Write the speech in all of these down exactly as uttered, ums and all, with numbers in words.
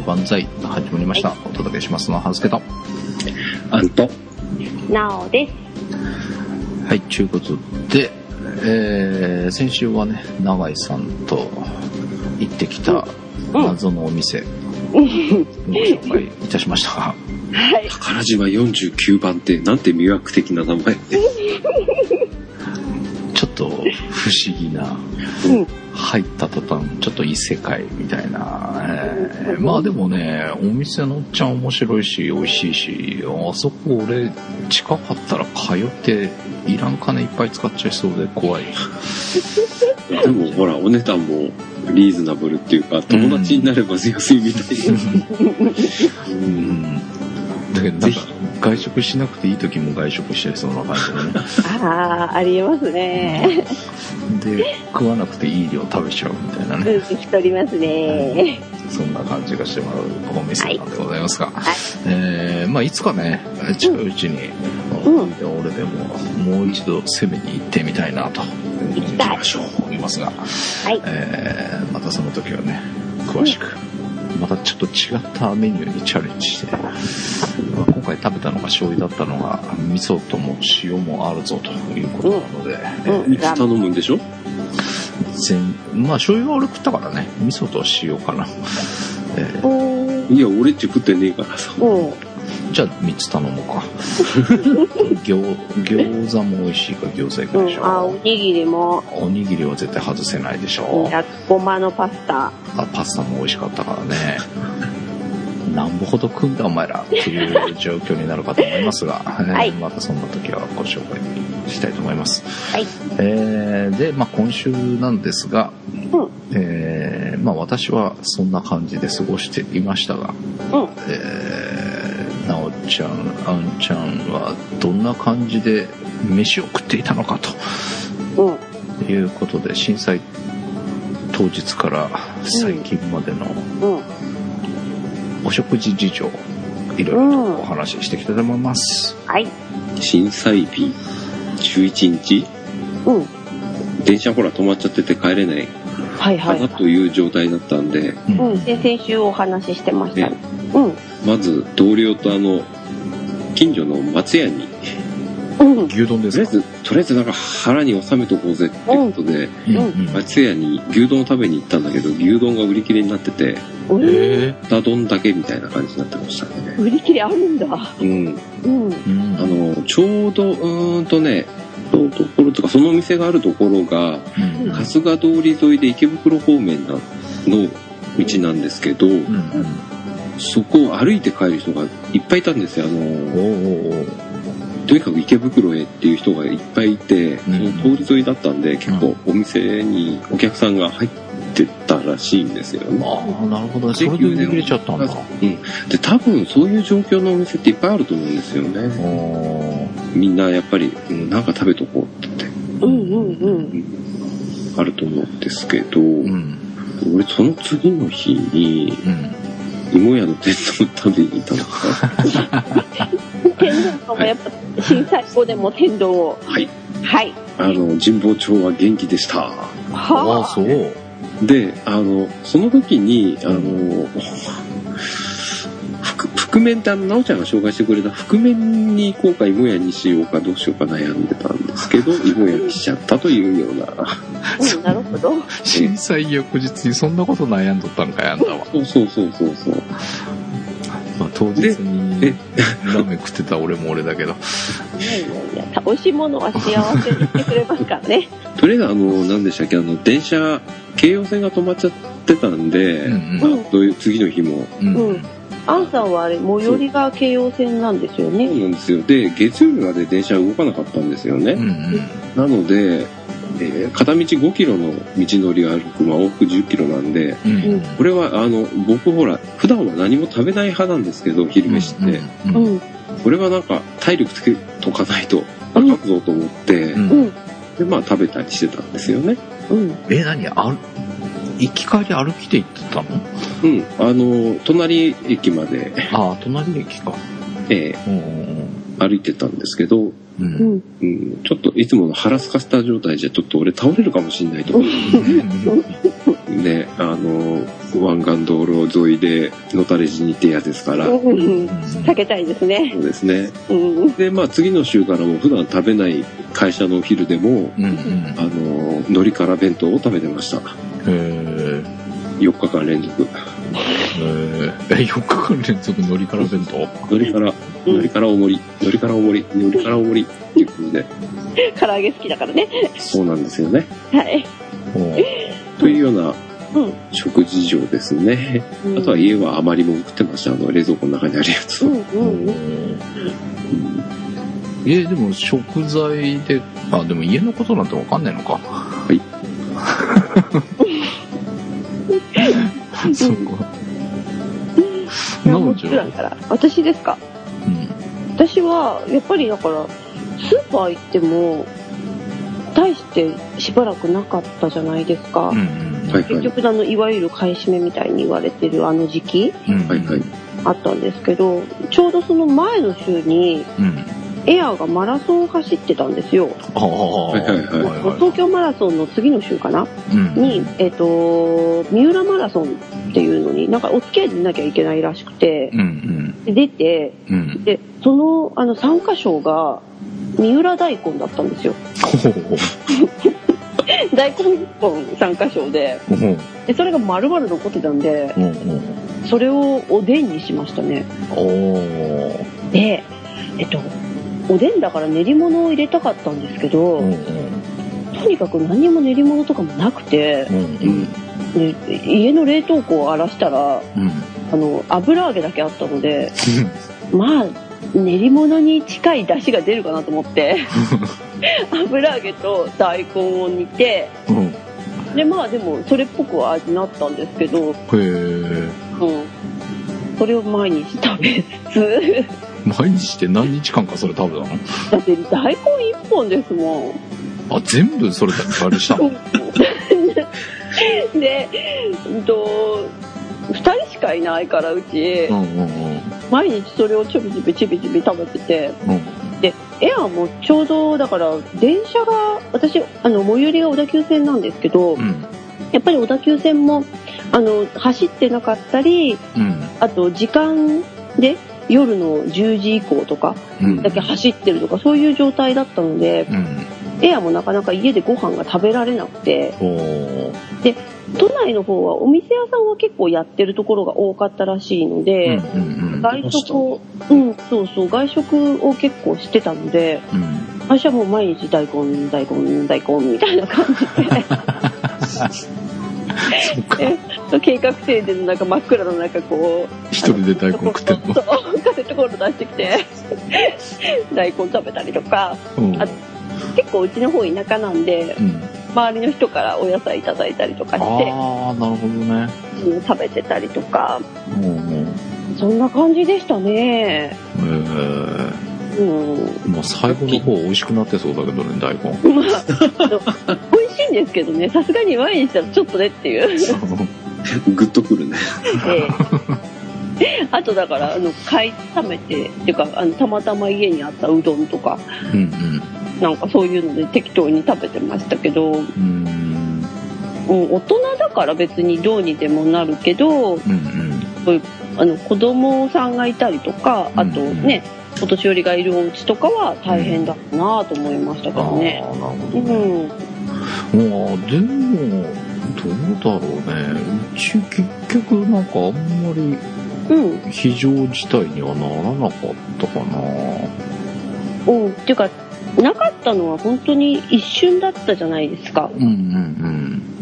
万歳始まりました、はい、お届けしますのははずけとアンとなおです。 はい、ということで、えー、先週はね永井さんと行ってきた謎のお店、うん、ご紹介いたしましたが、はい、 宝島よんじゅうきゅうばんってなんて魅惑的な名前ちょっと不思議な、うん、入った途端ちょっと異世界みたいな、えー、まあでもねお店のおっちゃん面白いし美味しいし、あそこ俺近かったら通っていらん金いっぱい使っちゃいそうで怖いでもほらお値段もリーズナブルっていうか友達になれば安いみたいな、うんうん、だけどなんか外食しなくていい時も外食しちゃいそうな感じでねああ、ありえますね、 うん、で食わなくていい量食べちゃうみたいなね、 太りますね、 うん、そんな感じがしてもらうお店なんでございますが、はい、えー、まあいつかね近いうちに、うん、俺でももう一度攻めに行ってみたいなと行きましょう思いますが、はい、えー、またその時はね詳しく、うん、またちょっと違ったメニューにチャレンジして、まあ、今回食べたのが醤油だったのが味噌とも塩もあるぞということなので、 うん、みっつ頼むんでしょ。 全まあ醤油は俺食ったからね味噌と塩かな、えー、 いや俺っち食ってねえからさ、 じゃあみっつ頼もうか餃, 餃子も美味しいから餃子いくでしょ、うん、 あおにぎりもおにぎりは絶対外せないでしょ、 焼きごまのパスタ、 あパスタも美味しかったからねなんぼほど食うんだお前らっていう状況になるかと思いますが、はい、またそんな時はご紹介したいと思います、はい、えー、で、まあ、今週なんですが、うん、えーまあ、私はそんな感じで過ごしていましたが、うん、えー、なおちゃんあんちゃんはどんな感じで飯を食っていたのかと、うん、いうことで震災当日から最近までの、うんうん、お食事事情いろいろとお話ししていきたいと思います、 うん、はい。 震災日じゅういちにち、うん、電車ほら止まっちゃってて帰れないはいはい、 かなという状態だったんで、 うん、で先週お話ししてましたね、うん、 まず同僚とあの近所の松屋に、 うん、牛丼ですか。 とりあえずとりあえずなんか腹に収めとこうぜってことで、うんうん、松屋に牛丼を食べに行ったんだけど牛丼が売り切れになってて、豚丼だけみたいな感じになってましたね。 売り切れあるんだ。 うん。うん。あのちょうどうーんとね、ところとかそのお店があるところが、うん、春日通り沿いで池袋方面の道なんですけど、うんうん、そこを歩いて帰る人がいっぱいいたんですよ。あのおとにかく池袋へっていう人がいっぱいいて、その通り沿いだったんで、結構お店にお客さんが入ってたらしいんですよね。 ああ、なるほど。それで売り切れちゃったんだ。 うん。で、多分そういう状況のお店っていっぱいあると思うんですよね。みんなやっぱり、うん、なんか食べとこうって言って、うんうんうん、あると思うんですけど、うん、俺その次の日に、うん、芋屋の天丼食べに行ったのか天丼がやっぱ震災後でも天丼をはいはいあの神保町は元気でした。 はあ、そうで、あのその時にあの覆面ってあのなおちゃんが紹介してくれた覆面に行こうか芋屋にしようかどうしようか悩んでたんですけど芋屋にしちゃったというようなうん、なるほど。 震災翌日にそんなこと悩んどったのかやんだわ。 そうそうそうそうそう。 まあ、当日にラーメン食ってた俺も俺だけど。いやいやいや、美味しいものは幸せにしてくれますからね。 とりあえずあの何でしたっけあの電車京葉線が止まっちゃってたんで、うんうん、あ次の日も。うんうんアンさんはあれ最寄りが京葉線なんですよね。 そうなんですよ。で月曜日まで電車動かなかったんですよね、うんうん、なので、えー、片道ごキロの道のりを歩く、まあ、往復じゅっキロなんで、うんうん、これはあの僕ほら普段は何も食べない派なんですけど昼飯って、うんうんうん、これはなんか体力つけとかないとあかんぞと思って、うん、でまあ食べたりしてたんですよね、 うん、え何あ行き帰り歩きで行ってたの？ うん、あの隣駅まで。 ああ、隣駅か。 ええ、うん、歩いてたんですけど、うんうん、ちょっといつもの腹すかせた状態じゃちょっと俺倒れるかもしれないと思って、 ね、あの湾岸道路沿いでのたれ死にってやつですから、うん、 避けたいですね。 そうですね、うん、でまあ次の週からも普段食べない会社のお昼でも、うんうん、あの海苔から弁当を食べてました。へー、よっかかん連続。 えー、よっかかん連続海苔から弁当。 海苔から海苔から大盛り、海苔から大盛り、海苔から大盛りっていうことで。 唐揚げ好きだからね。 そうなんですよね。 はい。 というような食事上ですね。うん、あとは家は余りもん食ってました。あの冷蔵庫の中にあるやつ。うんうんうん、 えでも食材で、あでも家のことなんてわかんないのか。はい。そうか。 なおちゃんから。私ですか。うん、私はやっぱりだからスーパー行っても大してしばらくなかったじゃないですか。うんうん、結局あのいわゆる買い占めみたいに言われてるあの時期、うんうん、あったんですけど、ちょうどその前の週に、うん、エアーがマラソンを走ってたんですよ。東京マラソンの次の週かな、うん、に、えーと、三浦マラソンっていうのになんかお付き合いでなきゃいけないらしくて、うんうん、出て、うん、でその、あの参加賞が三浦大根だったんですよ。大根いっぽん参加賞で、でそれが丸々残ってたんで、それをおでんにしましたね。で、えっとおでんだから練り物を入れたかったんですけど、うんうん、とにかく何も練り物とかもなくて、うんうん、で家の冷凍庫を荒らしたら、うん、あの油揚げだけあったのでまあ練り物に近い出汁が出るかなと思って油揚げと大根を煮て、うん、でまあでもそれっぽくは味になったんですけど、へー、うん、それを毎日食べつつ毎日って何日間かそれ食べたの？ だって大根いっぽんですもん。 あ、全部それだけあれしたの？ で、うんとふたりしかいないからうち、うんうんうん、毎日それをちょびちびちびちび食べてて、うん、でエアもちょうどだから電車が私あの最寄りが小田急線なんですけど、うん、やっぱり小田急線もあの走ってなかったり、うん、あと時間で夜のじゅうじ以降とかだけ走ってるとか、うん、そういう状態だったので、うん、エアもなかなか家でご飯が食べられなくて、で都内の方はお店屋さんは結構やってるところが多かったらしいので、うんうんうん、外食を、うん、そうそう外食を結構してたので、うん、私はもう毎日大根大根大根みたいな感じで計画性でなんか真っ暗の中こう一人で大根食ってんの？ そうカセットコンロ出してきて大根食べたりとか、うん、あ結構うちの方田舎なんで、うん、周りの人からお野菜いただいたりとかして、 ああなるほどね、 うん、食べてたりとか、うんうん、そんな感じでしたね。へー、うん、まあ最後の方美味しくなってそうだけどね大根。まあ美味しいんですけどね、さすがに毎日したらちょっとねっていうグッとくるね、 えー、あとだからあの買い食べてっていうかあのたまたま家にあったうどんとか、うんうん、なんかそういうので適当に食べてましたけど、うん、うん、大人だから別にどうにでもなるけど、うんうん、そういうあの子供さんがいたりとかあとね、うんうん、お年寄りがいるお家とかは大変だなと思いましたけどね。あ、なるほどね。うん、 まあでもどうだろうね。うち結局なんかあんまり非常事態にはならなかったかな。 うん、っていうかなかったのは本当に一瞬だったじゃないですか。うんうんうん。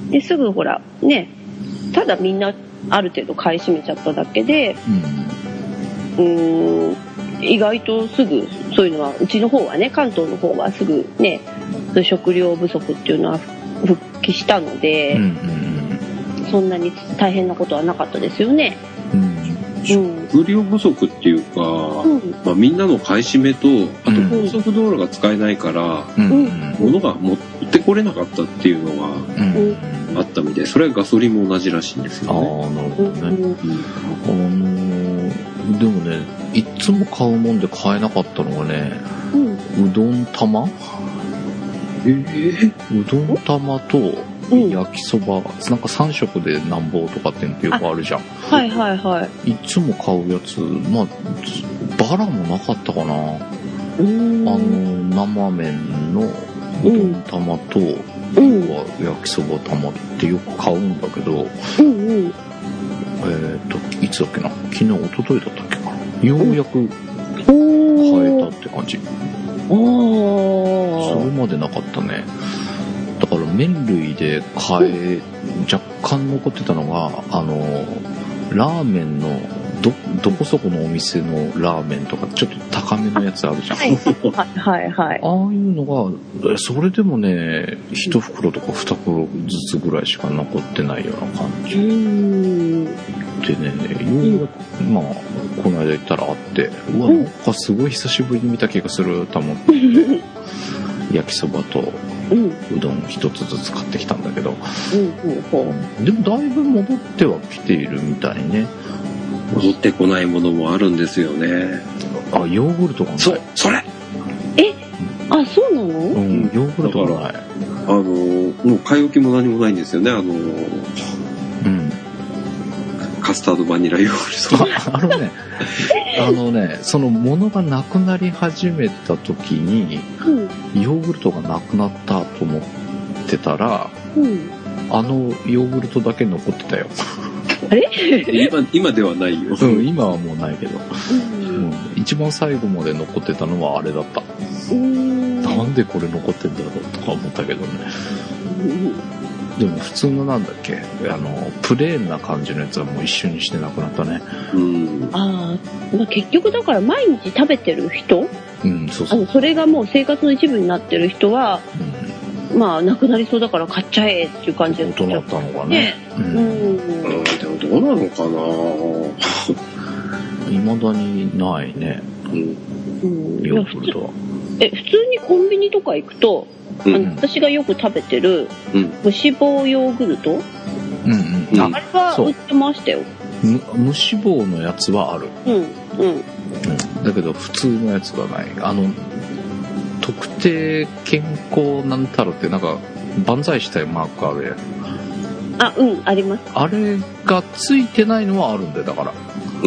ですぐほらね、ただみんなある程度買い占めちゃっただけで、うん、うーん意外とすぐそういうのはうちの方はね関東の方はすぐね食料不足っていうのは復帰したので、うんうんうん、そんなに大変なことはなかったですよね。 うん、食料不足っていうか、うんまあ、みんなの買い占めとあと高速道路が使えないから、うん、物が持ってこれなかったっていうのがあったみたい。それはガソリンも同じらしいんですよね。 ああなるほどね、うん、あのー、でもねいつも買うもんで買えなかったのがね、うん、うどん玉、えー、うどん玉と焼きそば、うん、なんかさん食でなんぼとかってよくあるじゃん。 はいはいはい。 いつも買うやつ、まあ、バラもなかったかな。あの、生麺のうどん玉と、うん、焼きそば玉ってよく買うんだけど、うんうん、えっと、いつだっけな、昨日、一昨日だったっけかな。ようやく買えたって感じ。それまでなかったね。だから麺類で買え、若干残ってたのが、あの、ラーメンの、ど、どこそこのお店のラーメンとかちょっと高めのやつあるじゃん。はいはいはい。 ああいうのが、それでもね、一袋とか二袋ずつぐらいしか残ってないような感じ。うんでね、ようやく、まあ、この間行ったらあって、うわ、なんかすごい久しぶりに見た気がすると思って、焼きそばとうどん一つずつ買ってきたんだけど、でもだいぶ戻ってはきているみたいね。 戻ってこないものもあるんですよね。 あ、ヨーグルトがない。 そう、それえ、あ、そうなの？うん、ヨーグルトがない。 あの、もう買い置きも何もないんですよね、あの、うん。カスタードバニラヨーグルト。あのね、あのね、その物がなくなり始めた時に、うん、ヨーグルトがなくなったと思ってたら、うん、あのヨーグルトだけ残ってたよ。 あれ今, 今ではないよ、 うん、今はもうないけど、うんうん、一番最後まで残ってたのはあれだった。うんなんでこれ残ってんだろうとか思ったけどね、うん、でも普通のなんだっけあのプレーンな感じのやつはもう一緒にしてなくなったね。 うんあ、まあ、結局だから毎日食べてる人、うん、そうそう、あのそれがもう生活の一部になってる人は、うん、まあなくなりそうだから買っちゃえっていう感じで大人だったのかね、うん、 うんでもどうなのかな未だにないね、うん、ヨーグルトは。 え普通にコンビニとか行くと、うん、あの私がよく食べてる、うん、無脂肪ヨーグルト、うんうん、あれは売ってましたよ。 無, 無脂肪のやつはある、うんうん、うん、だけど普通のやつがない。あの特定健康なんたらってなんか万歳したいマークあるやん。 あ、うんあります。 あれがついてないのはあるんでだから。 うん、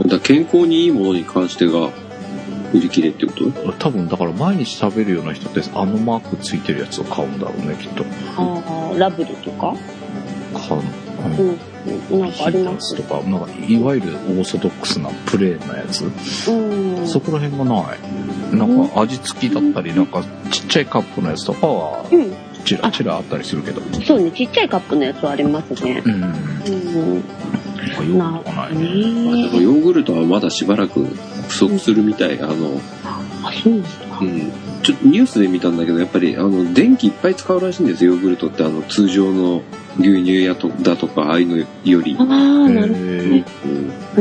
だ健康にいいものに関してが売り切れってこと？ 多分だから毎日食べるような人ってあのマークついてるやつを買うんだろうねきっと。 ああラブルとか？ かうん。うん、なんかありますとかなんかいわゆるオーソドックスなプレーンなやつ、うん、そこら辺がないなんか味付きだったりなんかちっちゃいカップのやつとかはチラチラあったりするけど、うん、 そうねちっちゃいカップのやつはありますね。うん、うんヨーグルトはないね。 まあ、でもヨーグルトはまだしばらく不足するみたい。あの、 あ、そうですか。 うん。ちょっとニュースで見たんだけど、やっぱりあの電気いっぱい使うらしいんですよ。ヨーグルトってあの通常の牛乳やとだとかああいうのより。 ああ、なるほどね。 うん。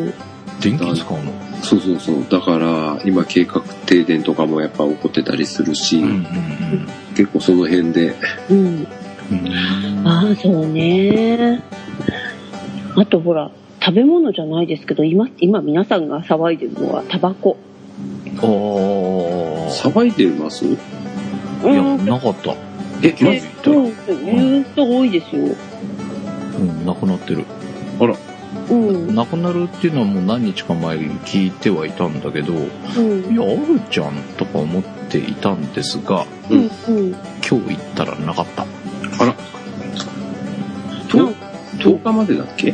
電気使うの？ そうそうそう。だから今計画停電とかもやっぱ起こってたりするし、うんうんうん、結構その辺で。うん。 うん、ああ、そうね。あとほら食べ物じゃないですけど 今, 今皆さんが騒いでるのはタバコ。 ああ騒いでます？いやなかった。 えマジで？ 言う人多いですよ。 うんなくなってる。 あら。 うん、 なくなるっていうのはもう何日か前に聞いてはいたんだけど、うん、いやあるじゃんとか思っていたんですが、うんうん、今日行ったらなかった。 あら。ととおかまでだっけ？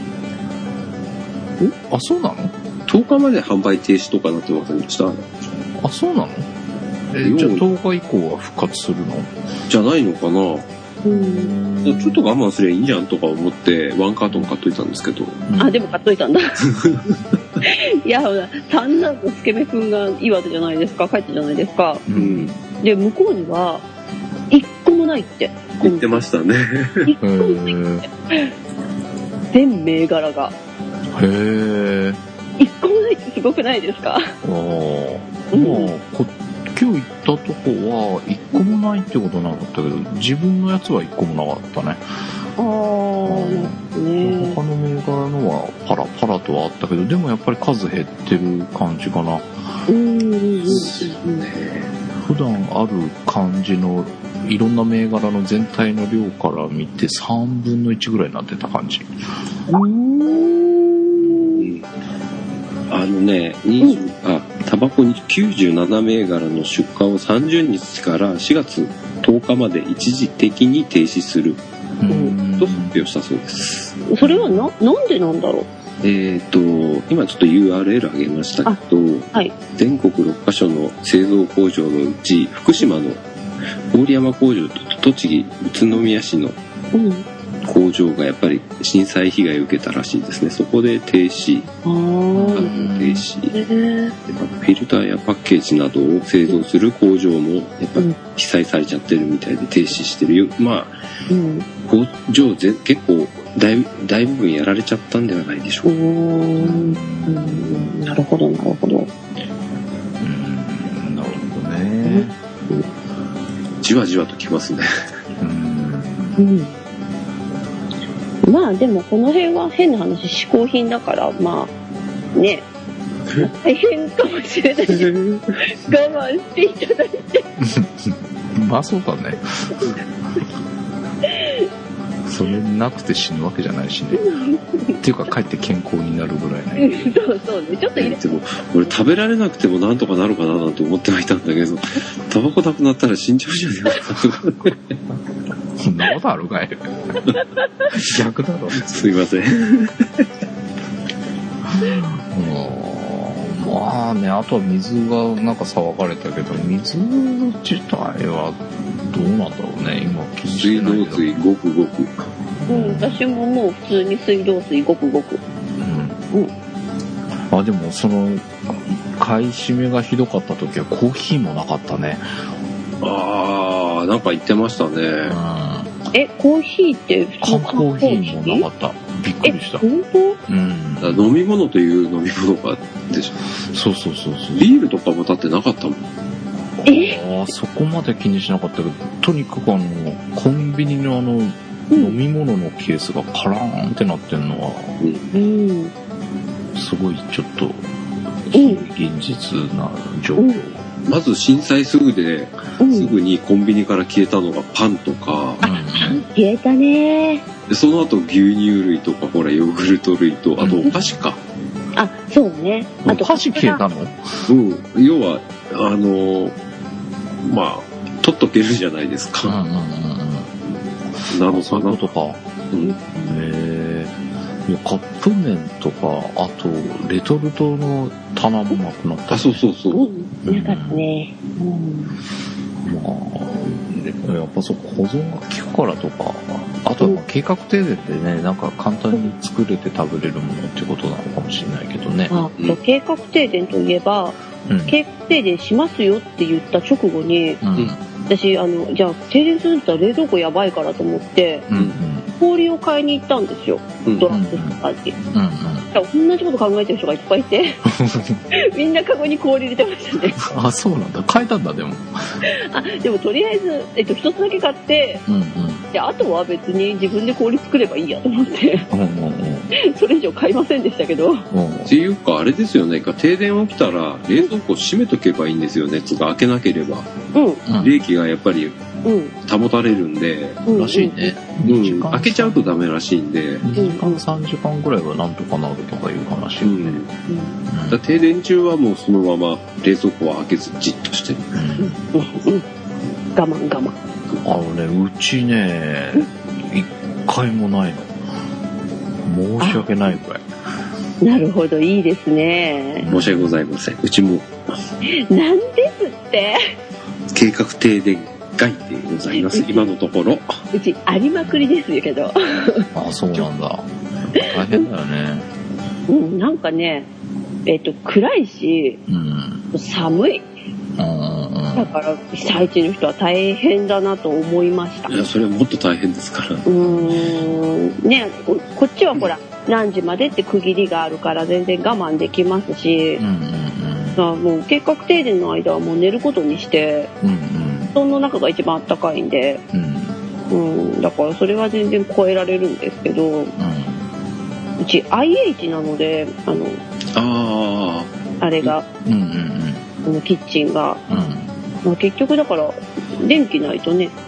あ、そうなの？ とおかまで販売停止とかなってませんでした？ あ、そうなの？え、じゃあとおか以降は復活するの？じゃないのかな？うんちょっと我慢すりゃいいんじゃんとか思ってワンカートン買っといたんですけど。 うん、あ、でも買っといたんだ。いや、ほら、三男とスケベくんが岩手じゃないですか、帰ったじゃないですか。うん、で、向こうには、一個もないって。 言ってましたね。 一個もないって。全銘柄が。 へー。 一個もないってすごくないですか？ああ、うん、まあ、こ今日行ったとこは一個もないってことなかったけど、自分のやつは一個もなかったね。 ああ、ね。 他の銘柄のはパラパラとはあったけど、でもやっぱり数減ってる感じかな。うん。 ね、 普段ある感じのいろんな銘柄の全体の量から見てさんぶんのいちぐらいになってた感じ。うーん。あのね、にじゅう、あ、タバコにきゅうじゅうなな銘柄の出荷をさんじゅうにちからしがつとおかまで一時的に停止すると発表したそうです。 それはな、なんでなんだろう。 えっと、今ちょっと ユーアールエル 上げましたけど、はい、全国ろっかしょの製造工場のうち、福島の郡山工場と栃木宇都宮市の工場がやっぱり震災被害を受けたらしいですね。そこで停止、稼働停止、フィルターやパッケージなどを製造する工場もやっぱ被災されちゃってるみたいで停止してるよ。まあ、うん、工場ぜ結構大, 大部分やられちゃったんではないでしょうか。うーん、 なるほどなるほど。うーん、なるほどね。 じわじわときますね。 うん。まあでもこの辺は変な話嗜好品だからまあね大変かもしれないけど我慢していただいて。 まあそうだね。それなくて死ぬわけじゃないしね。っていうかかえって健康になるぐらいね。 そうそうね。ちょっと入れでも俺食べられなくてもなんとかなるかななんて思ってはいたんだけど、タバコなくなったら死んじゃうじゃないかとかね。 そんなことあるかい。逆だろ。 すいません。 まあね、あとは水がなんか騒がれたけど、水自体はどうなんだろうね。今気にしてないけど。 水道水ごくごく。 うん、私ももう普通に水道水ごくごく。うん。うん。 あ、でもその買い占めがひどかった時はコーヒーもなかったね。 ああ、なんか言ってましたね。うん、 え、コーヒーって普通の缶コーヒーもなかった。びっくりした。 本当？ うん。 だ飲み物という飲み物がでしょ。 そうそうそうそう。 ビールとかもだってなかったもん。 え？ ああ、そこまで気にしなかったけど、とにかくあのコンビニのあの、うん、飲み物のケースがカラーンってなってんのは、うん、すごいちょっと非現実な状況。うんうん、 まず震災すぐで、うん、すぐにコンビニから消えたのがパンとか、 あ、消えたね。 でその後牛乳類とかほらヨーグルト類とあとお菓子か、 うん、あ、そうね。あとお菓子消えたの？ うん、要はあのまあ取っとけるじゃないですか。うんうんうん、なのかな。 そういうことか。うん、へえ。いやカップ麺とかあとレトルトの棚もなくなった。 あ、そうそうそう。 うん、なかったね。うん、 まあやっぱそう保存が効くからとか、あとはまあ計画停電でね、なんか簡単に作れて食べれるものっていうことなのかもしれないけどね。 あ、うん、計画停電といえば、うん、計画停電しますよって言った直後に、うん、私あのじゃあ停電するんだったら冷蔵庫やばいからと思って、うんうん、氷を買いに行ったんですよ、うん、ドラッグストアに。うんうん同じこと考えてる人がいっぱいいてみんなカゴに氷入れてましたね。 あ、そうなんだ。買えたんだ。でもあ、でもとりあえず、えっと、一つだけ買って、うんうん、であとは別に自分で氷作ればいいやと思って、うんうんうん、それ以上買いませんでしたけど、うん、 っていうかあれですよね、停電起きたら冷蔵庫閉めとけばいいんですよね。つが開けなければ、うん、冷気がやっぱり保たれるんで、 うん、らしいね、 うん、開けちゃうとダメらしいんでにじかんさんじかんぐらいはなんとかなるとかいう話よね、うんうん、 だ停電中はもうそのまま冷蔵庫は開けずじっとしてる、 うんうん、我慢我慢。 あのね、うちね一回もないの。申し訳ないぐらい。 なるほど、いいですね。 申し訳ございません。うちもなんですって計画停電外でございます。今のところうちありまくりですけどあ、そうなんだ。大変だよね。 うん、なんかね、えっと暗いし、うん、寒い、うん、だから被災地の人は大変だなと思いました。 いや、それはもっと大変ですから。うーんね、こ, こっちはほら、うん、何時までって区切りがあるから全然我慢できますし、うんうんうん、もう計画停電の間はもう寝ることにして、うんうん、布団の中が一番あったかいんで、うんうん、だからそれは全然超えられるんですけど、うん、うち アイエイチ なので、あのあ, あれが、うんうんうん、あのキッチンが、うんまあ、結局だから電気ないとね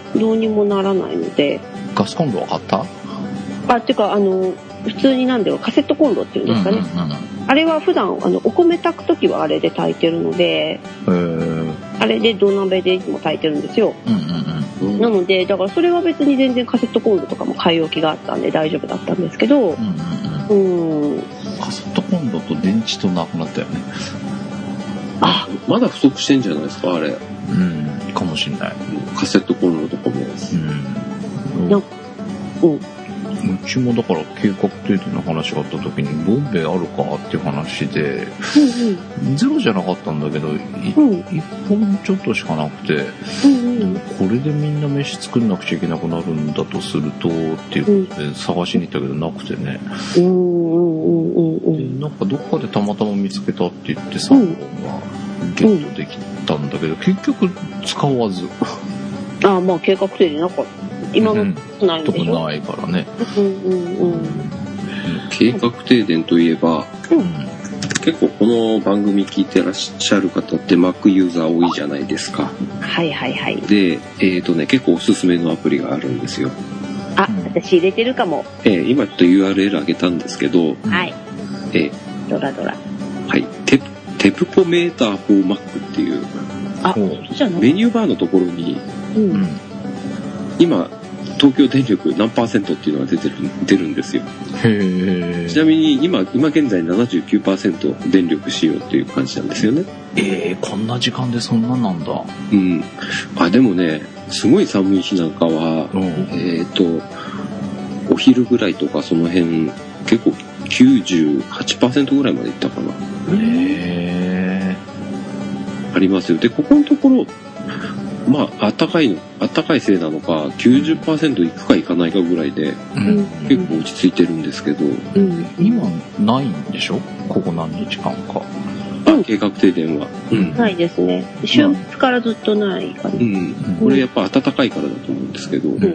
どうにもならないので。 ガスコンロは買った？ あ、っていうかあの普通になんだろうカセットコンロっていうんですかね、うんうんうん、あれは普段あのお米炊く時はあれで炊いてるので、あれで土鍋でいつも炊いてるんですよ、うんうんうん、なのでだからそれは別に全然カセットコンロとかも買い置きがあったんで大丈夫だったんですけど、うんうんうん、 カセットコンロと電池となくなったよね。 あ、まだ不足してんじゃないですかあれ。 うん、かもしれない。 カセットコンロとかも。 うん。なんか、うん。うちもだから計画停電の話があった時にボンベあるかっていう話で、うんうん、ゼロじゃなかったんだけど、うん、いっぽんちょっとしかなくて、うんうん、これでみんな飯作んなくちゃいけなくなるんだとするとっていうことで探しに行ったけどなくてね、うんうんうんうん、でなんかどっかでたまたま見つけたって言ってさんぼんがゲットできたんだけど、結局使わず。 ああ、まあ計画停電なかった。今のないんでしょ、うん、 とこないからね、うんうんうん、 計画停電といえば、うん、結構この番組聞いてらっしゃる方って Mac ユーザー多いじゃないですか。 はいはいはい。 で、えーとね、結構おすすめのアプリがあるんですよ。 あ、私入れてるかも。 えー、今ちょっと ユーアールエル 上げたんですけど、 はい。 えー、 ドラドラ。 はい。テテプコメーター for Mac っていう、 あ、 メニューバーのところに、うん、今東京電力何パーセントっていうのが出てる出るんですよ。へちなみに今今現在 ななじゅうきゅうパーセント 電力使用っていう感じなんですよね。 えー、こんな時間でそんななんだ。 うん。あ、でもね、すごい寒い日なんかは、うん、えっとお昼ぐらいとかその辺結構 きゅうじゅうはちパーセント ぐらいまでいったかな。へー。ありますよ。でここのところ。まあ、暖かいの、暖かいせいなのか、きゅうじゅっパーセント いくかいかないかぐらいで、うん、結構落ち着いてるんですけど。 うん、今、ないんでしょ？ここ何日間か。 あ、計画停電は。 うん、ないですね。週末からずっとないかな。うん。 これやっぱ暖かいからだと思うんですけど、うんうん、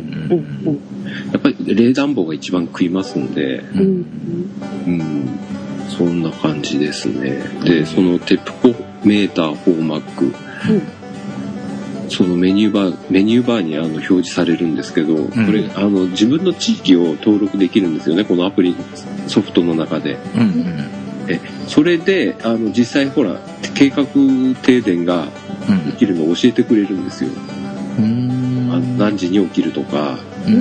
やっぱり冷暖房が一番食いますんで、うん、うん、そんな感じですね。で、そのテプコメーターフォーマック、うんそのメニューバー、メニューバーにあの表示されるんですけど、うん、これ、あの、自分の地域を登録できるんですよね、このアプリ、ソフトの中で。うんうん、えそれで、あの、実際ほら、計画停電が起きるのを教えてくれるんですよ。うん、あ何時に起きるとか。うんうん、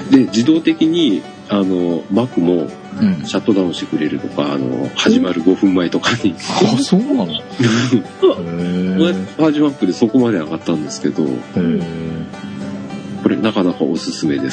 で、自動的に、あの、Mac も、シャットダウンしてくれるとか、あの、始まるごふんまえとかに。 あ、そうなの？へー。パージマップでそこまで上がったんですけど、へー。これなかなかおすすめです。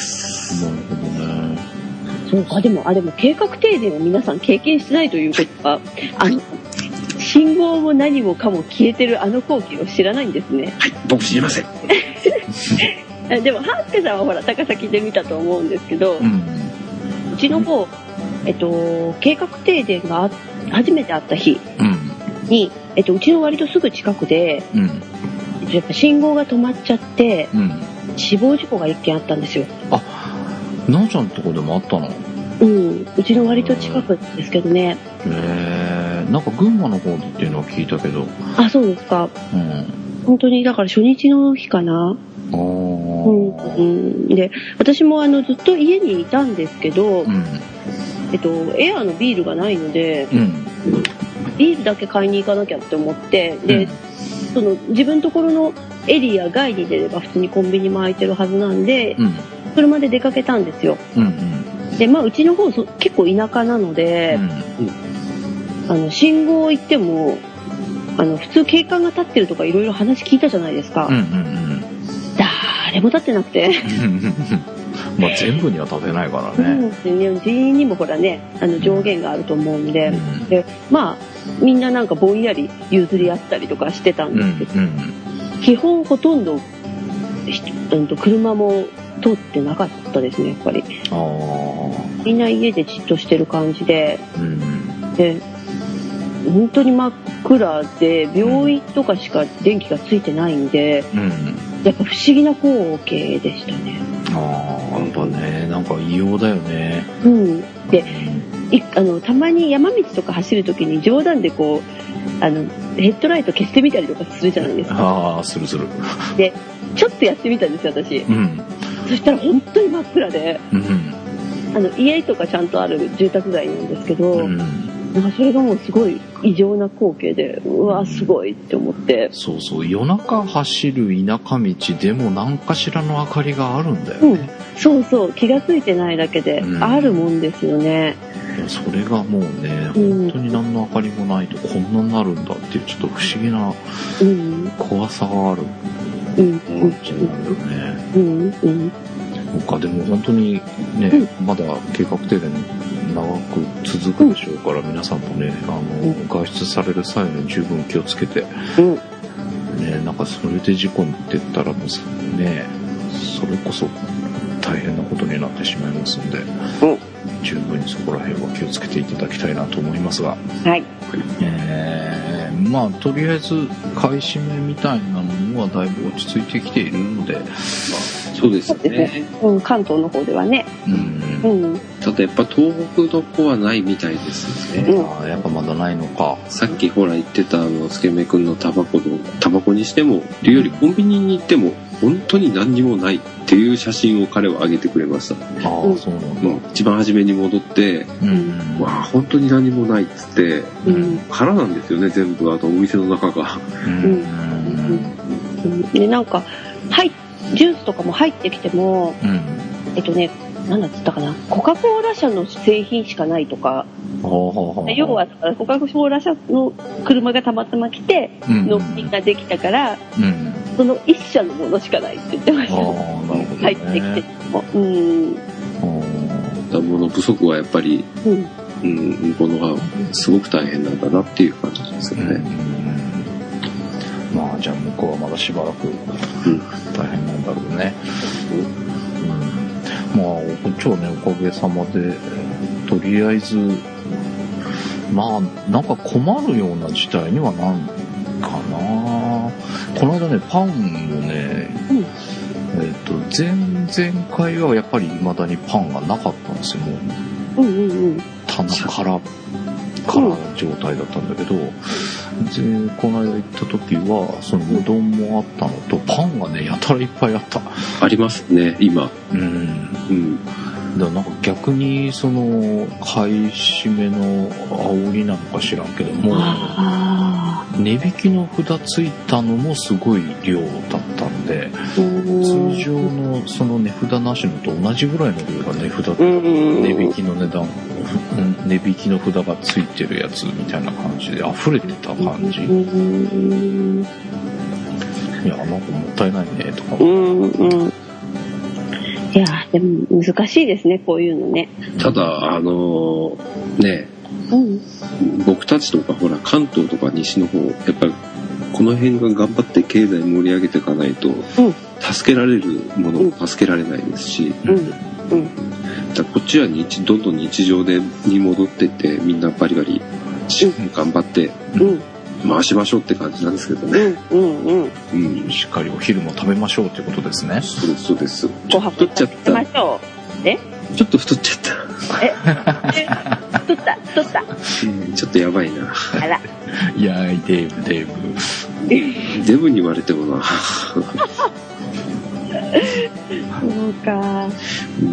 なるほどね。そうか、でも、あ、でも計画停電を皆さん経験してないということは、あの、信号も何もかも消えてるあの光景を知らないんですね。 はい、僕知りません。 でも、ハースケさんはほら、高崎で見たと思うんですけど、うん、うちの方、えっと、計画停電が初めて会った日に、うん、えっと、うちの割とすぐ近くで、うん、やっぱ信号が止まっちゃって、うん、死亡事故が一件あったんですよ。 あ、なおちゃんのとこでもあったの？ うん、うちの割と近くですけどね。 へー、なんか群馬の方でっていうのは聞いたけど。 あ、そうですか。うん、本当にだから初日の日かな。あうんうん、で私もあのずっと家にいたんですけど、うんえっと、エアのビールがないので、うん、ビールだけ買いに行かなきゃって思ってで、うん、その自分のところのエリア外に出れば普通にコンビニも空いてるはずなんで、うん、車で出かけたんですよ、うんうん、でまあうちの方そ結構田舎なので、うん、あの信号行ってもあの普通警官が立ってるとかいろいろ話聞いたじゃないですか、うんうんうん、誰も立ってなくてまあ全部には立てないからね。 うん、人員にもほらね、あの上限があると思うんで、うん、でまあみんななんかぼんやり譲り合ったりとかしてたんですけど、うんうん、基本ほとんど、うん、と車も通ってなかったですねやっぱり。あみんな家でじっとしてる感じで、うん、で本当に真っ暗で病院とかしか電気がついてないんで、うん、やっぱ不思議な光景でしたね。 ああ、やっぱね、なんか異様だよね。 うん。で、いあのたまに山道とか走るときに冗談でこうあのヘッドライト消してみたりとかするじゃないですか。 ああ、するする。 で、 ちょっとやってみたんですよ私、 うん、 そしたら本当に真っ暗で、 うん、 あの家とかちゃんとある住宅街なんですけど、うん、なんかそれがもうすごい異常な光景で、うわすごいって思って、 そうそう、夜中走る田舎道でも何かしらの明かりがあるんだよね、うん、 そうそう、気がついてないだけであるもんですよね、 うん、いやそれがもうね、本当に何の明かりもないとこんなになるんだっていうちょっと不思議な怖さがある感じなんだよね、うんうんうん、なんかでも本当にね、うん、まだ計画停電長く続くでしょうから、うん、皆さんもね、あの、うん、外出される際に十分気をつけて、うん、ね、なんかそれで事故ってったらもうね、それこそ大変なことになってしまいますんで、うん、十分にそこら辺は気をつけていただきたいなと思いますが、 はい、 えー、まあとりあえず買い占めみたいなものはだいぶ落ち着いてきているので、まあそうですね、 うん、関東の方ではね、 うんうん、 ただやっぱ東北の方はないみたいですね、 うん、あやっぱまだないのか。 さっきほら言ってたあのスケメ君のタバコのタバコにしてもというよりコンビニに行っても本当に何にもないっていう写真を彼は上げてくれました。 ああ、そうなんだ、うん、 一番初めに戻って、うん、わあ本当に何もないっつって、うん、空なんですよね全部、あとお店の中が、うんうん、でなんかはいジュースとかも入ってきても、うん、えっとね何だっつったかな、コカ・コーラ社の製品しかないとか、要はコカ・コーラ社の車がたまたま来て納品ができたから、うん、その一社のものしかないって言ってました、ね、入ってきても、うん、 物不足はやっぱり、うんうん、向こうのがすごく大変なんだなっていう感じですよね、 うん、まあじゃあ向こうはまだしばらく大変なんだろうね、うん、まあ今日ねおかげさまでとりあえずまあなんか困るような事態にはなんかな。この間ねパンもね、うん、えっと前々回はやっぱり未だにパンがなかったんですよ。もう、うんうんうん、棚からから状態だったんだけど、でこの間行った時はそのうどんもあったのとパンがねやたらいっぱいあった。 ありますね今。 うん。うんだからなんか逆にその買い占めの煽りなのか知らんけども値引きの札ついたのもすごい量だったんで通常のその値札なしのと同じぐらいの量が値札値引きの値段値引きの札がついてるやつみたいな感じで溢れてた感じ。いやなんかもったいないねとかいやでも難しいですねこういうのね。 ただあのー、ね、うん、僕たちとかほら関東とか西の方やっぱりこの辺が頑張って経済盛り上げていかないと、うん、助けられるものも助けられないですし、うんうん、だこっちは日どんどん日常でに戻ってってみんなバリバリ、うん、頑張って、うん回しましょうって感じなんですけどね、うんうんうんうん、しっかりお昼も食べましょうってことですね。 そうですそうです。 ご飯太っちゃったましょうえちょっと太っちゃったえ太った太った、 うん、ちょっとやばいなあらいやーデーブデーブデブに言われてもなそうか、 うん、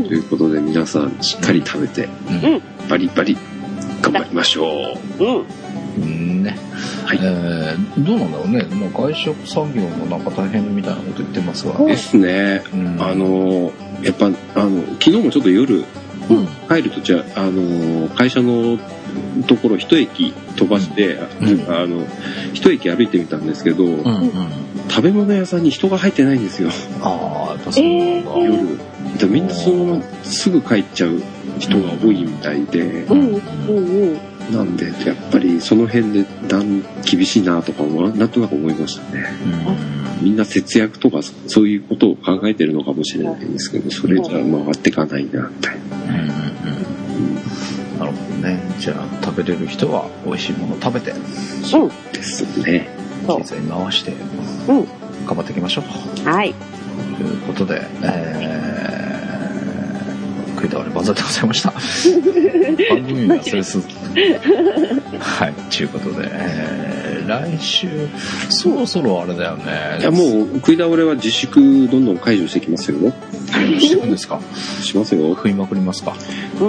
ということで皆さんしっかり食べて、うん、バリバリ頑張りましょう。うんうんねはいえー、どうなんだろうね、まあ、外食産業もなんか大変みたいなこと言ってますがですね、うん、あのやっぱあの昨日もちょっと夜、うん、帰るとじゃあの会社のところ一駅飛ばして、うん、あの一駅歩いてみたんですけど、うんうん、食べ物屋さんに人が入ってないんですよ。 ああやっぱそうなんだ、 夜でみんなそのまますぐ帰っちゃう人が多いみたいで、うんうんうん、なんでやっぱりその辺でだん厳しいなとかはなんとなく思いましたね、うん、みんな節約とかそういうことを考えてるのかもしれないんですけどそれじゃ回っていかないなみたいな、うんうんうん、 なるほどね。じゃあ食べれる人は美味しいもの食べてそうですね経済回して頑張っていきましょうと、 はい、 ということで、えー食い倒れ万歳でございました番組はそれすはいということで、えー、 来週そろそろあれだよね。 いやもう食い倒れは自粛どんどん解除してきますよ。 してるんですか？ しますよ。 食いまくりますか？ うん。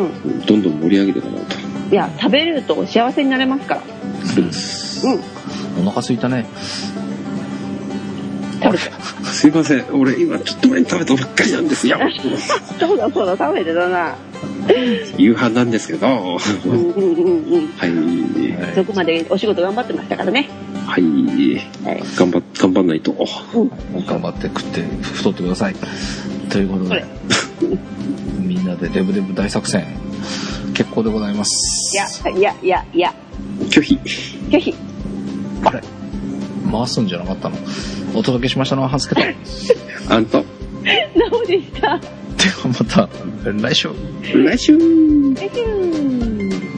どんどん盛り上げていかないと。 いや食べると幸せになれますから。 そうです。 うん。 お腹空いたね。 食べて。 すいません。俺今ちょっと前に食べたばっかりなんですよ。 そうだそうだ食べてたな。 夕飯なんですけど。 うんうんうんうん。 はい。 そこまでお仕事頑張ってましたからね。 はい。はい、頑張頑張んないと。 うん、頑張って食って太ってください。ということで、みんなでデブデブ大作戦決行でございます。 いやいやいやいや。 拒否。 拒否。 あれ回すんじゃなかったの？お届けしましたのはハスケとあんたなおでした。 ではまた来週来週来週